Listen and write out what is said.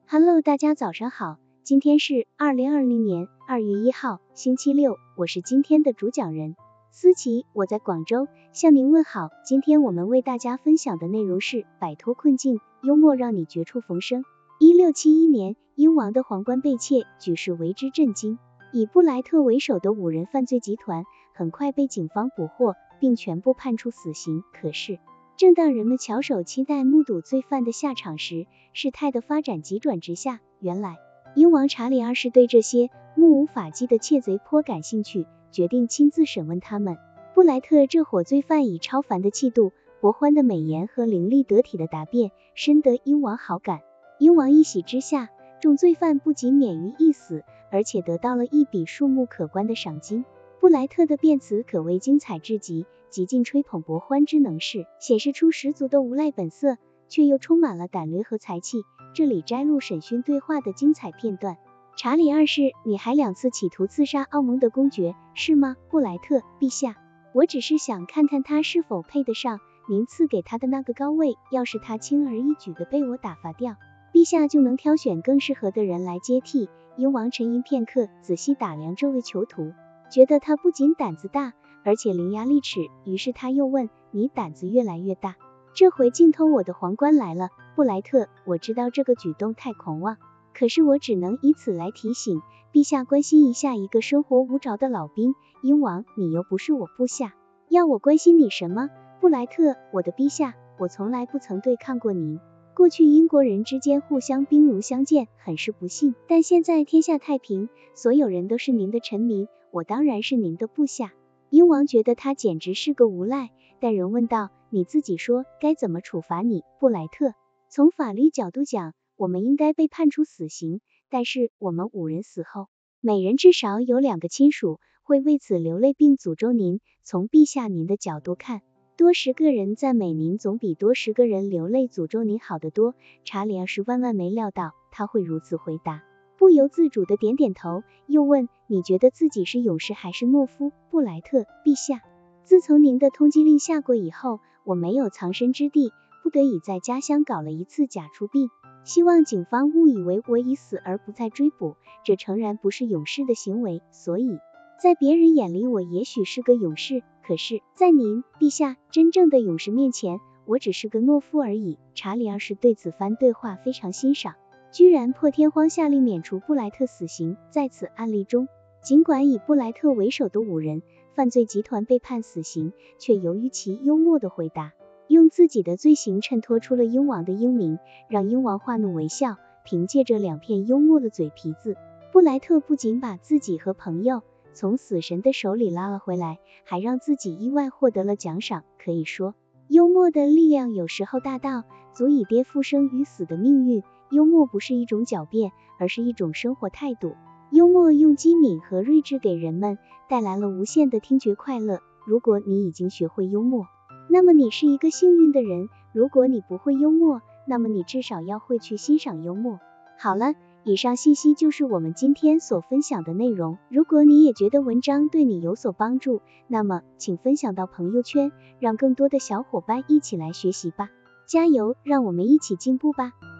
Hello， 大家早上好，今天是2020年2月1号，星期六，我是今天的主讲人思琪，我在广州向您问好。今天我们为大家分享的内容是摆脱困境，幽默让你绝处逢生。1671年，英王的皇冠被窃，举世为之震惊。以布莱特为首的5人犯罪集团很快被警方捕获，并全部判处死刑。可是正当人们翘首期待目睹罪犯的下场时，事态的发展急转直下。原来，英王查理2世对这些目无法纪的窃贼颇感兴趣，决定亲自审问他们。布莱特这伙罪犯以超凡的气度、博欢的美言和伶俐得体的答辩，深得英王好感。英王一喜之下，众罪犯不仅免于一死，而且得到了一笔数目可观的赏金。布莱特的辩词可谓精彩至极，极尽吹捧博欢之能事，显示出十足的无赖本色，却又充满了胆略和才气。这里摘录审讯对话的精彩片段。查理2世，你还2次企图刺杀奥蒙德公爵，是吗？布莱特，陛下，我只是想看看他是否配得上您赐给他的那个高位，要是他轻而易举地被我打发掉，陛下就能挑选更适合的人来接替。英王沉吟片刻，仔细打量这位囚徒，觉得他不仅胆子大，而且伶牙俐齿，于是他又问，你胆子越来越大，这回竟偷我的皇冠来了。布莱特，我知道这个举动太狂妄，可是我只能以此来提醒陛下关心一下一个生活无着的老兵。英王，你又不是我部下，要我关心你什么？布莱特，我的陛下，我从来不曾对抗过您。过去英国人之间互相兵戎相见，很是不幸，但现在天下太平，所有人都是您的臣民，我当然是您的部下。英王觉得他简直是个无赖，但仍问道，你自己说该怎么处罚你？布莱特，从法律角度讲，我们应该被判处死刑，但是我们5人死后，每人至少有2个亲属会为此流泪并诅咒您。从陛下您的角度看，多10个人赞美您总比多10个人流泪诅咒您好得多。查理2世万万没料到他会如此回答，不由自主的点点头，又问，你觉得自己是勇士还是懦夫？布莱特，陛下，自从您的通缉令下过以后，我没有藏身之地，不得已在家乡搞了一次假出殡，希望警方误以为我已死而不再追捕，这诚然不是勇士的行为，所以在别人眼里我也许是个勇士，可是在您，陛下，真正的勇士面前，我只是个懦夫而已。查理2世对此番对话非常欣赏，居然破天荒下令免除布莱特死刑。在此案例中，尽管以布莱特为首的5人犯罪集团被判死刑，却由于其幽默的回答，用自己的罪行衬托出了英王的英明，让英王化怒为笑。凭借着2片幽默的嘴皮子，布莱特不仅把自己和朋友从死神的手里拉了回来，还让自己意外获得了奖赏。可以说，幽默的力量有时候大到足以颠覆生与死的命运。幽默不是一种狡辩，而是一种生活态度。幽默用机敏和睿智给人们带来了无限的听觉快乐。如果你已经学会幽默，那么你是一个幸运的人。如果你不会幽默，那么你至少要会去欣赏幽默。好了，以上信息就是我们今天所分享的内容。如果你也觉得文章对你有所帮助，那么请分享到朋友圈，让更多的小伙伴一起来学习吧。加油，让我们一起进步吧。